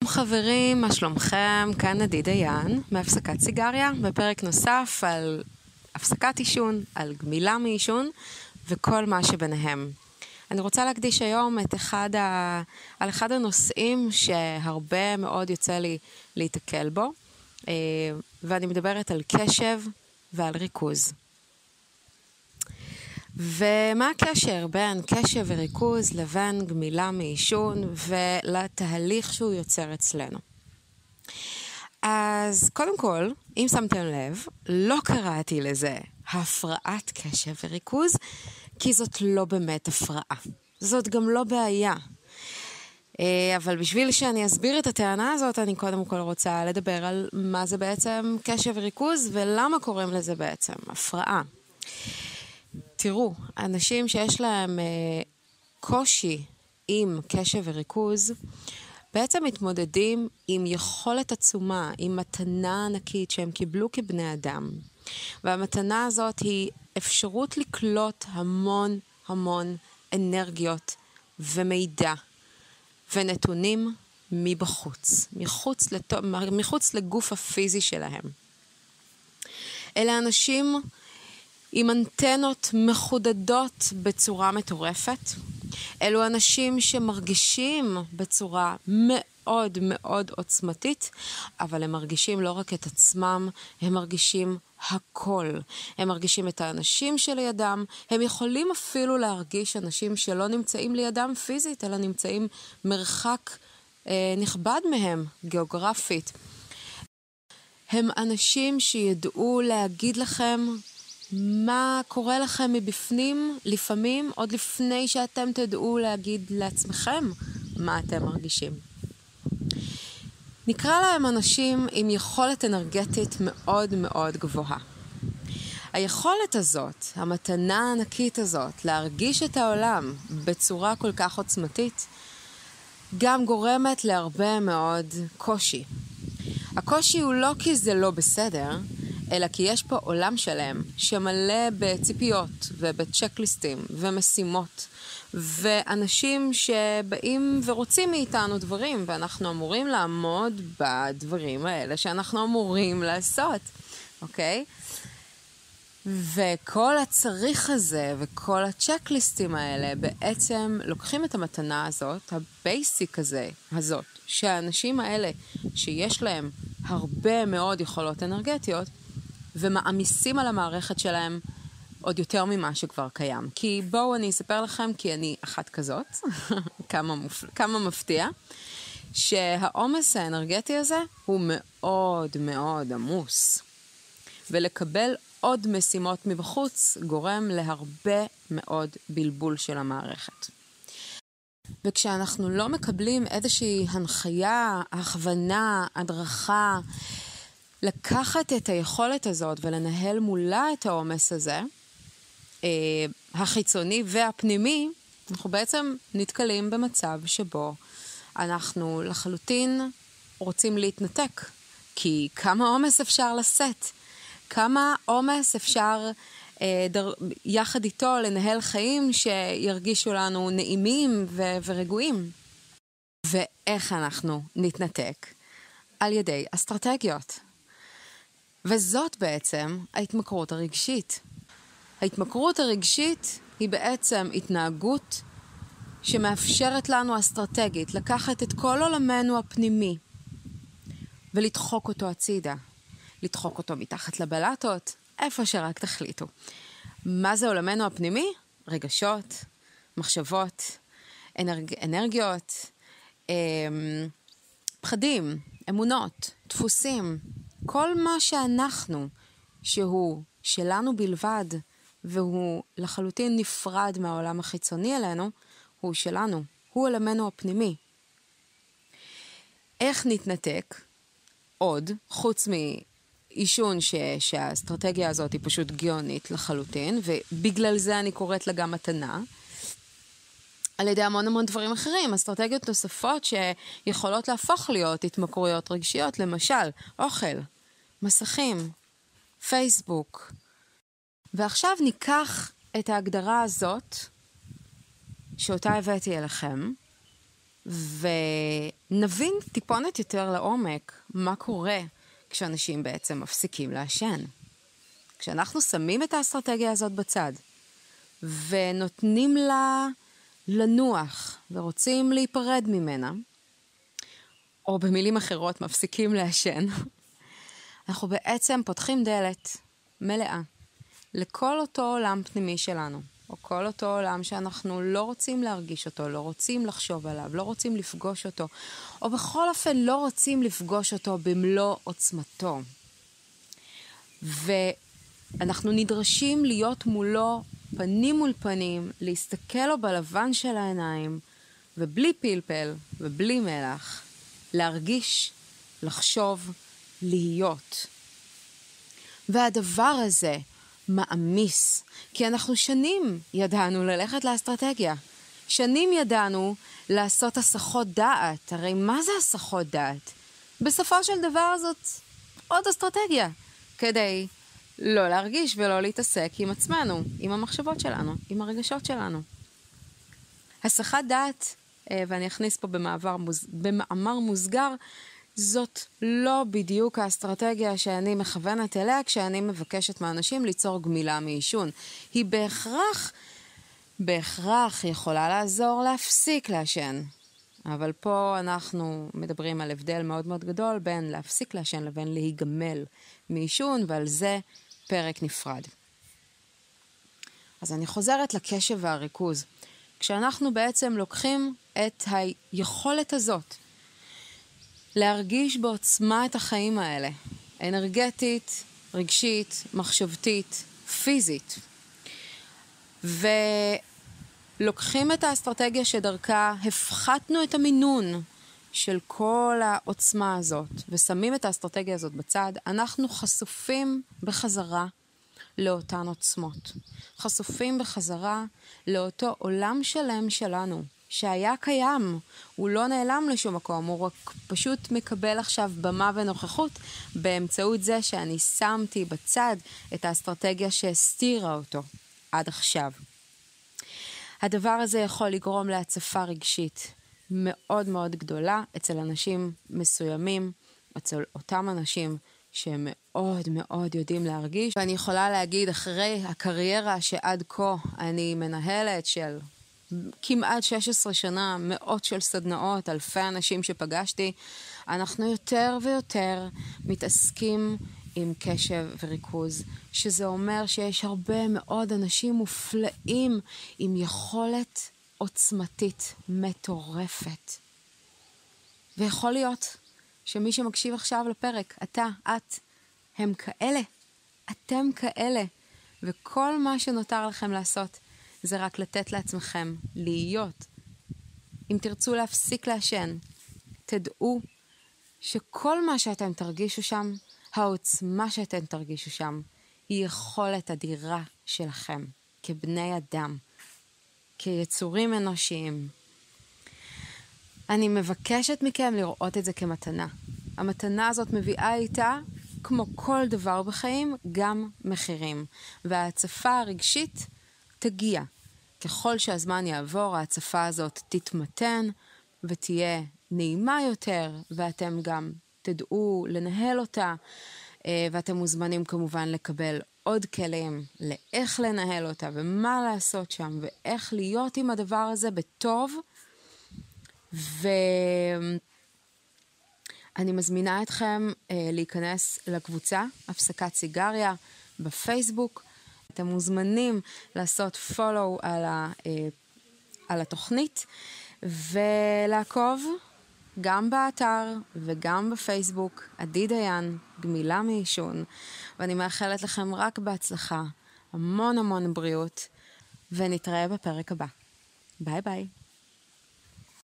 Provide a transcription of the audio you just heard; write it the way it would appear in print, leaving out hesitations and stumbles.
חברים, מה שלומכם? כאן עדי דיין, מהפסקת סיגריה, בפרק נוסף על הפסקת עישון, על גמילה מעישון וכל מה שביניהם. אני רוצה להקדיש היום על אחד הנושאים שהרבה מאוד יוצא לי להתקל בו, ואני מדברת על קשב ועל ריכוז. ומה הקשר בין קשב וריכוז לבין גמילה מעישון ולתהליך שהוא יוצר אצלנו? אז קודם כל, אם שמתם לב, לא קראתי לזה הפרעת קשב וריכוז, כי זאת לא באמת הפרעה. זאת גם לא בעיה. אבל בשביל שאני אסביר את הטענה הזאת, אני קודם כל רוצה לדבר על מה זה בעצם קשב וריכוז ולמה קוראים לזה בעצם הפרעה. תראו, אנשים שיש להם קושי עם קשב וריכוז, בעצם מתמודדים עם יכולת עצומה, עם מתנה ענקית שהם קיבלו כבני אדם. והמתנה הזאת היא אפשרות לקלוט המון אנרגיות ומידע ונתונים מבחוץ, מחוץ לגוף הפיזי שלהם. אלה אנשים עם אנטנות מחודדות בצורה מטורפת. אלו אנשים שמרגישים בצורה מאוד מאוד עוצמתית, אבל הם מרגישים לא רק את עצמם, הם מרגישים הכל. הם מרגישים את האנשים שלידם, הם יכולים אפילו להרגיש אנשים שלא נמצאים לידם פיזית, אלא נמצאים מרחק נכבד מהם, גיאוגרפית. הם אנשים שידעו להגיד לכם מה קורה לכם מבפנים, לפעמים, עוד לפני שאתם תדעו להגיד לעצמכם מה אתם מרגישים. נקרא להם אנשים עם יכולת אנרגטית מאוד מאוד גבוהה. היכולת הזאת, המתנה הענקית הזאת, להרגיש את העולם בצורה כל כך עוצמתית, גם גורמת להרבה מאוד קושי. הקושי הוא לא כי זה לא בסדר, אלא כי יש פה עולם שלם שמלא בציפיות ובצ'קליסטים ומשימות ואנשים שבאים ורוצים מאיתנו דברים, ואנחנו אמורים לעמוד בדברים האלה שאנחנו אמורים לעשות, אוקיי? וכל הצריך הזה וכל הצ'קליסטים האלה בעצם לוקחים את המתנה הזאת, הבייסיק הזאת, שהאנשים האלה שיש להם הרבה מאוד יכולות אנרגטיות, ומעמיסים על המערכת שלהם עוד יותר ממה שכבר קיים. כי בואו אני אספר לכם, כי אני אחת כזאת, כמה מפתיע, שהעומס האנרגטי הזה הוא מאוד מאוד עמוס. ולקבל עוד משימות מבחוץ גורם להרבה מאוד בלבול של המערכת. וכשאנחנו לא מקבלים איזושהי הנחיה, הכוונה, הדרכה, לקחת את היכולת הזאת ולנהל מולה את העומס הזה, החיצוני והפנימי, אנחנו בעצם נתקלים במצב שבו אנחנו לחלוטין רוצים להתנתק. כי כמה עומס אפשר לשאת? כמה עומס אפשר יחד איתו לנהל חיים שירגישו לנו נעימים ורגועים? ואיך אנחנו נתנתק? על ידי אסטרטגיות. וזאת בעצם ההתמכרות הרגשית. ההתמכרות הרגשית היא בעצם התנהגות שמאפשרת לנו אסטרטגית לקחת את כל עולמנו הפנימי ולדחוק אותו הצידה. לדחוק אותו מתחת לבלטות, איפה שרק תחליטו. מה זה עולמנו הפנימי? רגשות, מחשבות, אנרגיות, פחדים, אמונות, דפוסים. כל מה שאנחנו, שהוא שלנו בלבד, והוא לחלוטין נפרד מהעולם החיצוני אלינו, הוא שלנו, הוא עולמנו הפנימי. איך נתנתק? עוד, חוץ עישון שהאסטרטגיה הזאת היא פשוט גאונית לחלוטין, ובגלל זה אני קוראת לה גם מתנה, על ידי המון דברים אחרים, אסטרטגיות נוספות שיכולות להפוך להיות התמכרויות רגשיות, למשל, אוכל, מסכים, פייסבוק. ועכשיו ניקח את ההגדרה הזאת, שאותה הבאתי אליכם, ונבין טיפונת יותר לעומק מה קורה כשאנשים בעצם מפסיקים לעשן. כשאנחנו שמים את האסטרטגיה הזאת בצד, ונותנים לה לנוח, ורוצים להיפרד ממנה, או במילים אחרות מפסיקים לעשן, אנחנו בעצם פותחים דלת מלאה לכל אותו עולם פנימי שלנו, או כל אותו עולם שאנחנו לא רוצים להרגיש אותו, לא רוצים לחשוב עליו, לא רוצים לפגוש אותו, או בכל אופן לא רוצים לפגוש אותו במלוא עוצמתו. ואנחנו נדרשים להיות מולו פנים מול פנים, להסתכל לו בלבן של העיניים, ובלי פלפל ובלי מלח, להרגיש, לחשוב, להיות. והדבר הזה מאמיס, כי אנחנו שנים ידענו ללכת לאסטרטגיה. שנים ידענו לעשות הסחות דעת. הרי מה זה הסחות דעת? בסופו של דבר זאת עוד אסטרטגיה, כדי לא להרגיש ולא להתעסק עם עצמנו, עם המחשבות שלנו, עם הרגשות שלנו. הסחת דעת, ואני אכניס פה במאמר מוסגר, זאת לא בדיוק האסטרטגיה שאני מכוונת אליה כשאני מבקשת מאנשים ליצור גמילה מעישון. היא בהכרח יכולה לעזור להפסיק לעשן. אבל פה אנחנו מדברים על הבדל מאוד מאוד גדול בין להפסיק לעשן לבין להיגמל מעישון, ועל זה פרק נפרד. אז אני חוזרת לקשב והריכוז. כשאנחנו בעצם לוקחים את היכולת הזאת, להרגיש בעוצמה את החיים האלה, אנרגטית, רגשית, מחשבתית, פיזית, ולוקחים את האסטרטגיה שדרכה הפחתנו את המינון של כל העוצמה הזאת, ושמים את האסטרטגיה הזאת בצד, אנחנו חשופים בחזרה לאותן עוצמות. חשופים בחזרה לאותו עולם שלם שלנו, שהיה קיים, הוא לא נעלם לשום מקום, הוא רק פשוט מקבל עכשיו במה ונוכחות, באמצעות זה שאני שמתי בצד את האסטרטגיה שהסתירה אותו עד עכשיו. הדבר הזה יכול לגרום להצפה רגשית מאוד מאוד גדולה אצל אנשים מסוימים, אצל אותם אנשים שהם מאוד מאוד יודעים להרגיש. ואני יכולה להגיד, אחרי הקריירה שעד כה אני מנהלת של כמעט 16 שנה, מאות של סדנאות, אלפי אנשים שפגשתי, אנחנו יותר ויותר מתעסקים עם קשב וריכוז, שזה אומר שיש הרבה מאוד אנשים מופלאים עם יכולת עוצמתית מטורפת. ויכול להיות שמי שמקשיב עכשיו לפרק, אתה, את, הם כאלה, אתם כאלה, וכל מה שנותר לכם לעשות זה רק לתת לעצמכם להיות. אם תרצו להפסיק לעשן, תדעו שכל מה שאתם תרגישו שם, העוצמה שאתם תרגישו שם, היא יכולת אדירה שלכם, כבני אדם, כיצורים אנושיים. אני מבקשת מכם לראות את זה כמתנה. המתנה הזאת מביאה איתה, כמו כל דבר בחיים, גם מחירים. וההצפה הרגשית תגיע. ככל שהזמן יעבור, ההצפה הזאת תתמתן ותהיה נעימה יותר, ואתם גם תדעו לנהל אותה, ואתם מוזמנים כמובן לקבל עוד כלים לאיך לנהל אותה, ומה לעשות שם, ואיך להיות עם הדבר הזה בטוב. ואני מזמינה אתכם להיכנס לקבוצה הפסקת סיגריה בפייסבוק. אתם מוזמנים לעשות פולו על התוכנית, ולעקוב גם באתר וגם בפייסבוק, עדי דיין, גמילה מעישון. ואני מאחלת לכם רק בהצלחה, המון המון בריאות, ונתראה בפרק הבא. ביי ביי.